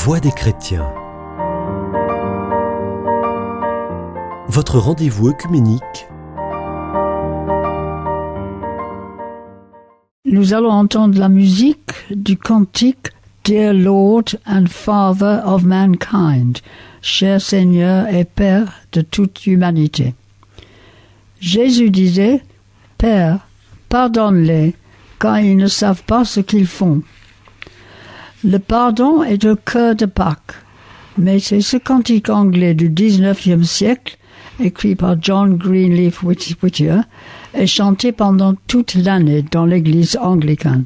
Voix des chrétiens. Votre rendez-vous œcuménique. Nous allons entendre la musique du cantique Dear Lord and Father of Mankind, cher Seigneur et Père de toute humanité. Jésus disait, Père, pardonne-les, car ils ne savent pas ce qu'ils font. Le pardon est au cœur de Pâques, mais c'est ce cantique anglais du XIXe siècle, écrit par John Greenleaf Whittier, et chanté pendant toute l'année dans l'Église anglicane.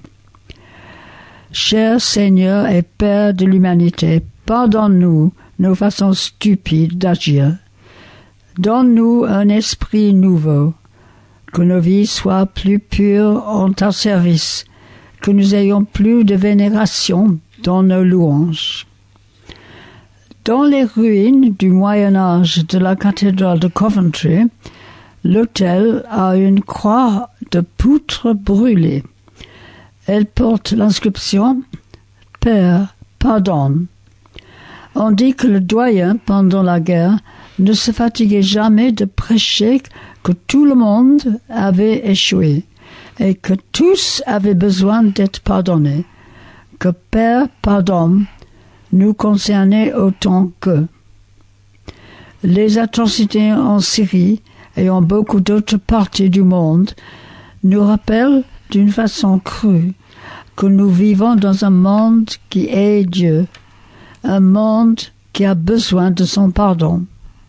Cher Seigneur et Père de l'humanité, pardonne-nous nos façons stupides d'agir. Donne-nous un esprit nouveau, que nos vies soient plus pures en ta service, que nous ayons plus de vénération dans nos louanges. Dans les ruines du Moyen-Âge de la cathédrale de Coventry, l'autel a une croix de poutre brûlée. Elle porte l'inscription « Père, pardonne ». On dit que le doyen, pendant la guerre, ne se fatiguait jamais de prêcher que tout le monde avait échoué et que tous avaient besoin d'être pardonnés, que Père pardonne nous concernait autant qu'eux. Les atrocités en Syrie et en beaucoup d'autres parties du monde nous rappellent d'une façon crue que nous vivons dans un monde qui hait Dieu, un monde qui a besoin de son pardon.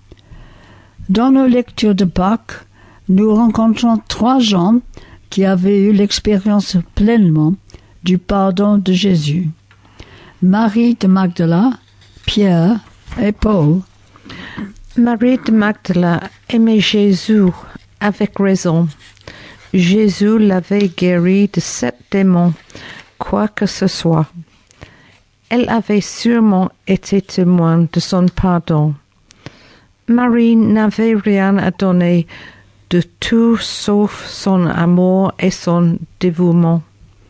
Dans nos lectures de Pâques, nous rencontrons 3 gens qui avaient eu l'expérience pleinement du pardon de Jésus. Marie de Magdala, Pierre et Paul. Marie de Magdala aimait Jésus avec raison. Jésus l'avait guérie de 7 démons, quoi que ce soit. Elle avait sûrement été témoin de son pardon. Marie n'avait rien à donner de tout sauf son amour et son dévouement.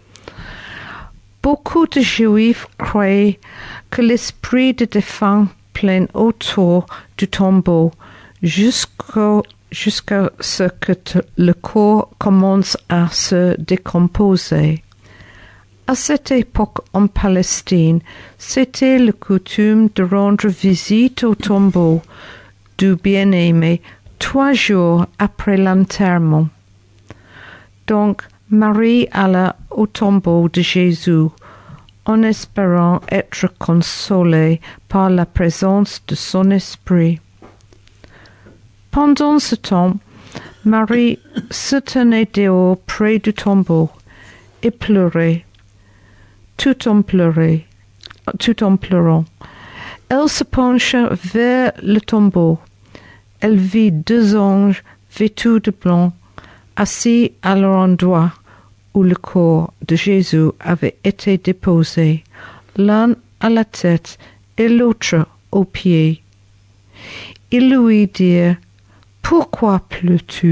Beaucoup de Juifs croyaient que l'esprit de défunt plane autour du tombeau jusqu'à ce que le corps commence à se décomposer. À cette époque en Palestine, c'était la coutume de rendre visite au tombeau du bien-aimé 3 jours après l'enterrement. Donc, Marie alla au tombeau de Jésus en espérant être consolée par la présence de son esprit. Pendant ce temps, Marie se tenait dehors près du tombeau et pleurait, tout en pleurant. Elle se pencha vers le tombeau. Elle vit 2 anges vêtus de blanc, assis à l'endroit où le corps de Jésus avait été déposé, l'un à la tête et l'autre aux pieds. Ils lui dirent, « Pourquoi pleures-tu » ?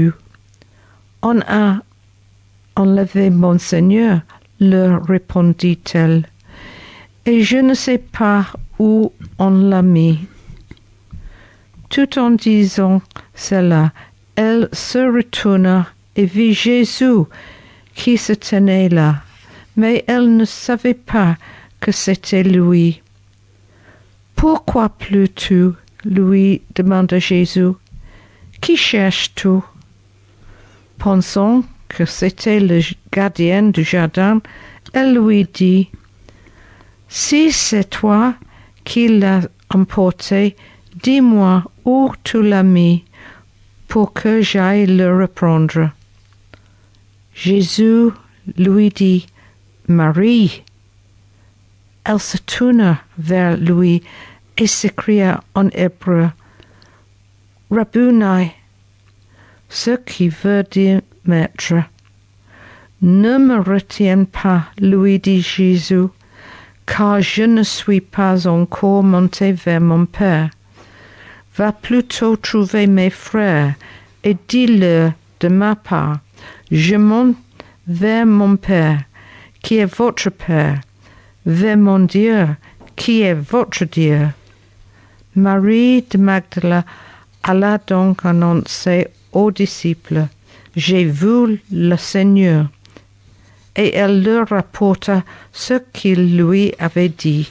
« On a enlevé mon Seigneur, leur répondit-elle, et je ne sais pas où on l'a mis. Tout en disant cela, elle se retourna et vit Jésus qui se tenait là, mais elle ne savait pas que c'était lui. « Pourquoi pleures-tu » lui demanda Jésus. « Qui cherches-tu » Pensant que c'était le gardien du jardin, elle lui dit, « Si c'est toi qui l'as emporté, dis-moi où tu l'as mis, pour que j'aille le reprendre. » Jésus lui dit, « Marie !» Elle se tourna vers lui et s'écria en hébreu, « Rabboni !» ce qui veut dire « maître ». « Ne me retiens pas, lui dit Jésus, car je ne suis pas encore monté vers mon Père. Va plutôt trouver mes frères et dis-leur de ma part, je monte vers mon Père, qui est votre Père, vers mon Dieu, qui est votre Dieu. Marie de Magdala alla donc annoncer aux disciples, j'ai vu le Seigneur. Et elle leur rapporta ce qu'il lui avait dit.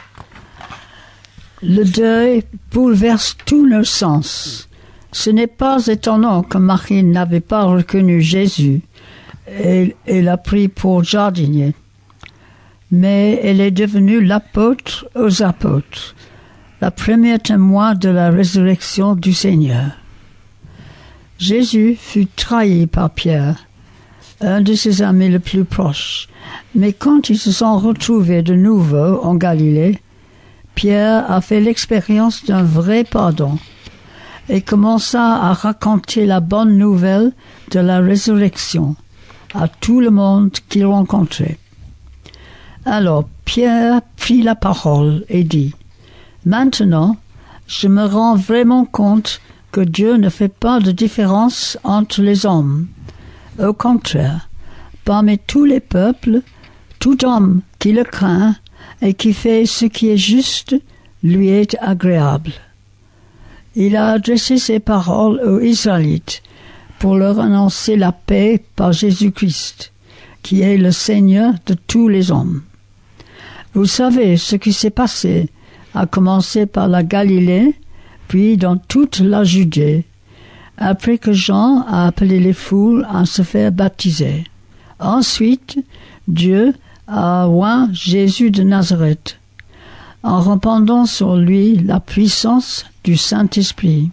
Le deuil bouleverse tous nos sens. Ce n'est pas étonnant que Marie n'avait pas reconnu Jésus et l'a pris pour jardinier. Mais elle est devenue l'apôtre aux apôtres, la première témoin de la résurrection du Seigneur. Jésus fut trahi par Pierre, un de ses amis les plus proches. Mais quand ils se sont retrouvés de nouveau en Galilée, Pierre a fait l'expérience d'un vrai pardon et commença à raconter la bonne nouvelle de la résurrection à tout le monde qu'il rencontrait. Alors Pierre prit la parole et dit, « Maintenant, je me rends vraiment compte que Dieu ne fait pas de différence entre les hommes. Au contraire, parmi tous les peuples, tout homme qui le craint et qui fait ce qui est juste lui est agréable. » Il a adressé ces paroles aux Israélites pour leur annoncer la paix par Jésus-Christ, qui est le Seigneur de tous les hommes. Vous savez ce qui s'est passé, à commencer par la Galilée, puis dans toute la Judée, après que Jean a appelé les foules à se faire baptiser. Ensuite, Dieu a oint Jésus de Nazareth, en répandant sur lui la puissance du Saint-Esprit.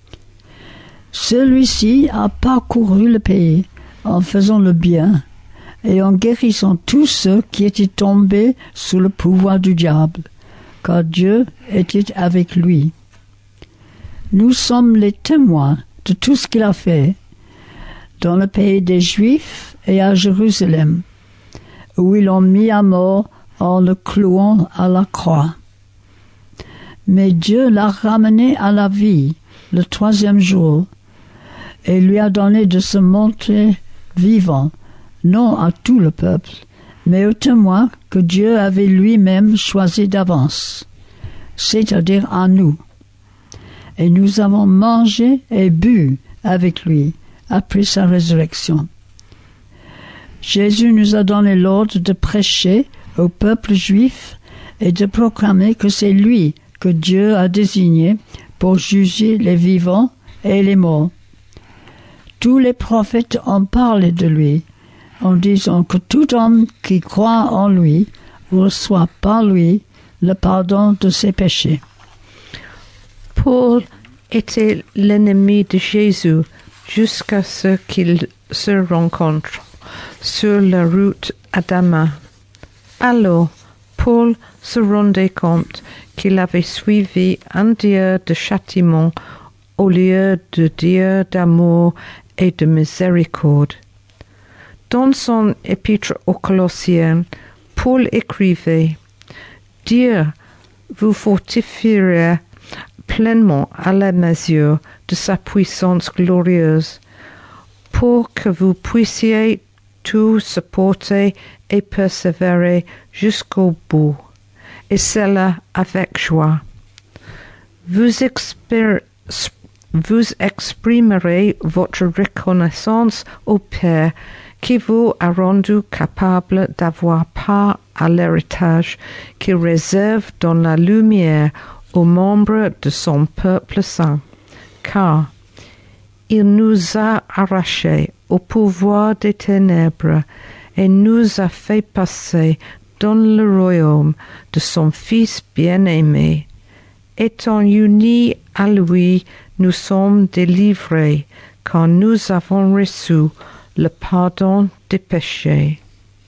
Celui-ci a parcouru le pays en faisant le bien et en guérissant tous ceux qui étaient tombés sous le pouvoir du diable, car Dieu était avec lui. Nous sommes les témoins de tout ce qu'il a fait dans le pays des Juifs et à Jérusalem, où ils l'ont mis à mort en le clouant à la croix. Mais Dieu l'a ramené à la vie le 3e jour et lui a donné de se montrer vivant, non à tout le peuple, mais aux témoins que Dieu avait lui-même choisis d'avance, c'est-à-dire à nous. Et nous avons mangé et bu avec lui après sa résurrection. Jésus nous a donné l'ordre de prêcher au peuple juif et de proclamer que c'est lui que Dieu a désigné pour juger les vivants et les morts. Tous les prophètes ont parlé de lui, en disant que tout homme qui croit en lui reçoit par lui le pardon de ses péchés. Paul était l'ennemi de Jésus jusqu'à ce qu'ils se rencontrent sur la route à Damas. Alors, Paul se rendait compte qu'il avait suivi un Dieu de châtiment au lieu de Dieu d'amour et de miséricorde. Dans son épître aux Colossiens, Paul écrivait « Dieu vous fortifiera pleinement à la mesure de sa puissance glorieuse, pour que vous puissiez tout supporter et persévérer jusqu'au bout, et cela avec joie. Vous exprimerez votre reconnaissance au Père qui vous a rendu capable d'avoir part à l'héritage qu'il réserve dans la lumière aux membres de son peuple saint, car il nous a arrachés au pouvoir des ténèbres et nous a fait passer dans le royaume de son Fils bien-aimé. Étant unis à lui, nous sommes délivrés, car nous avons reçu le pardon des péchés.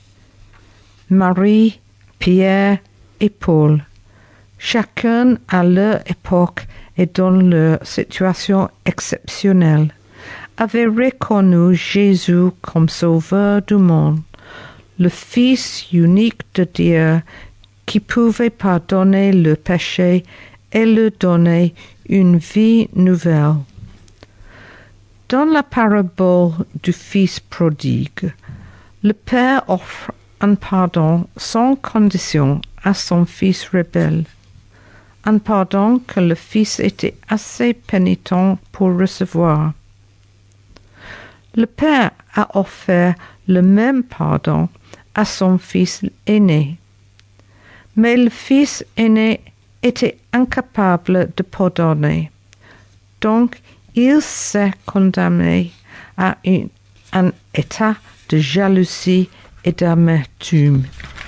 Marie, Pierre et Paul, chacun à leur époque et dans leur situation exceptionnelle, avaient reconnu Jésus comme sauveur du monde, le Fils unique de Dieu qui pouvait pardonner le péché et leur donner une vie nouvelle. Dans la parabole du Fils prodigue, le Père offre un pardon sans condition à son fils rebelle, un pardon que le fils était assez pénitent pour recevoir. Le père a offert le même pardon à son fils aîné, mais le fils aîné était incapable de pardonner, donc il s'est condamné à un état de jalousie et d'amertume.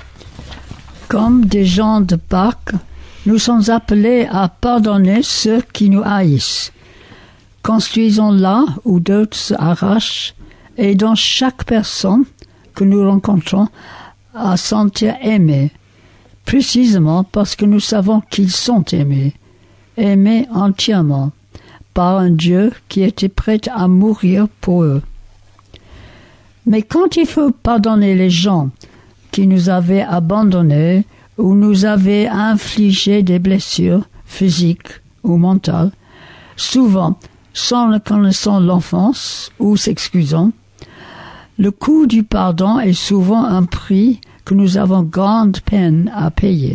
Comme des gens de Pâques, nous sommes appelés à pardonner ceux qui nous haïssent. Construisons là où d'autres s'arrachent, et dans chaque personne que nous rencontrons à sentir aimés, précisément parce que nous savons qu'ils sont aimés entièrement, par un Dieu qui était prêt à mourir pour eux. Mais quand il faut pardonner les gens qui nous avaient abandonnés ou nous avaient infligé des blessures physiques ou mentales, souvent sans reconnaissant l'offense ou s'excusant, le coût du pardon est souvent un prix que nous avons grande peine à payer.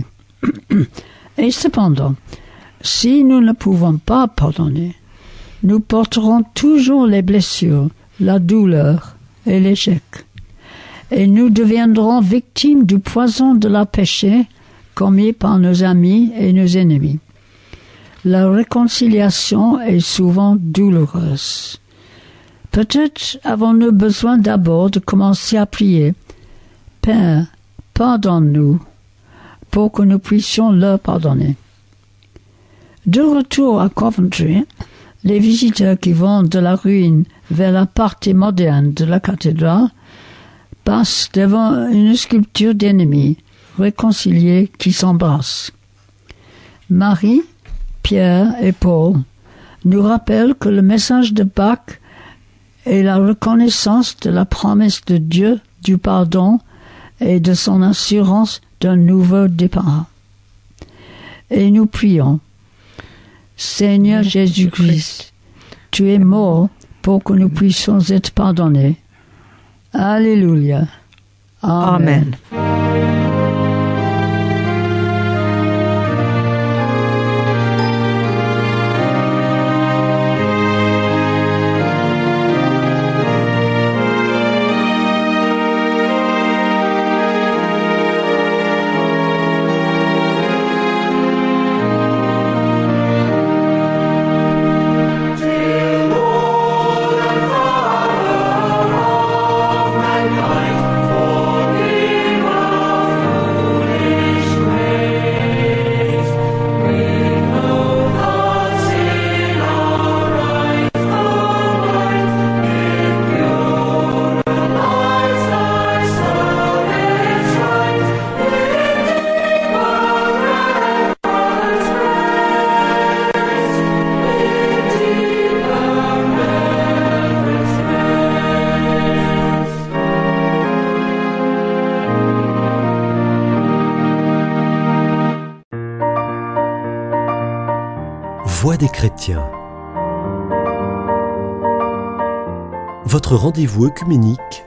Et cependant, si nous ne pouvons pas pardonner, nous porterons toujours les blessures, la douleur et l'échec. Et nous deviendrons victimes du poison de la péché commis par nos amis et nos ennemis. La réconciliation est souvent douloureuse. Peut-être avons-nous besoin d'abord de commencer à prier. Père, pardonne-nous, pour que nous puissions leur pardonner. De retour à Coventry, les visiteurs qui vont de la ruine vers la partie moderne de la cathédrale passent devant une sculpture d'ennemis réconciliés qui s'embrassent. Marie, Pierre et Paul nous rappellent que le message de Pâques est la reconnaissance de la promesse de Dieu, du pardon et de son assurance d'un nouveau départ. Et nous prions. Seigneur Jésus-Christ, tu es mort pour que nous puissions être pardonnés. Alléluia. Amen. Voix des chrétiens. Votre rendez-vous œcuménique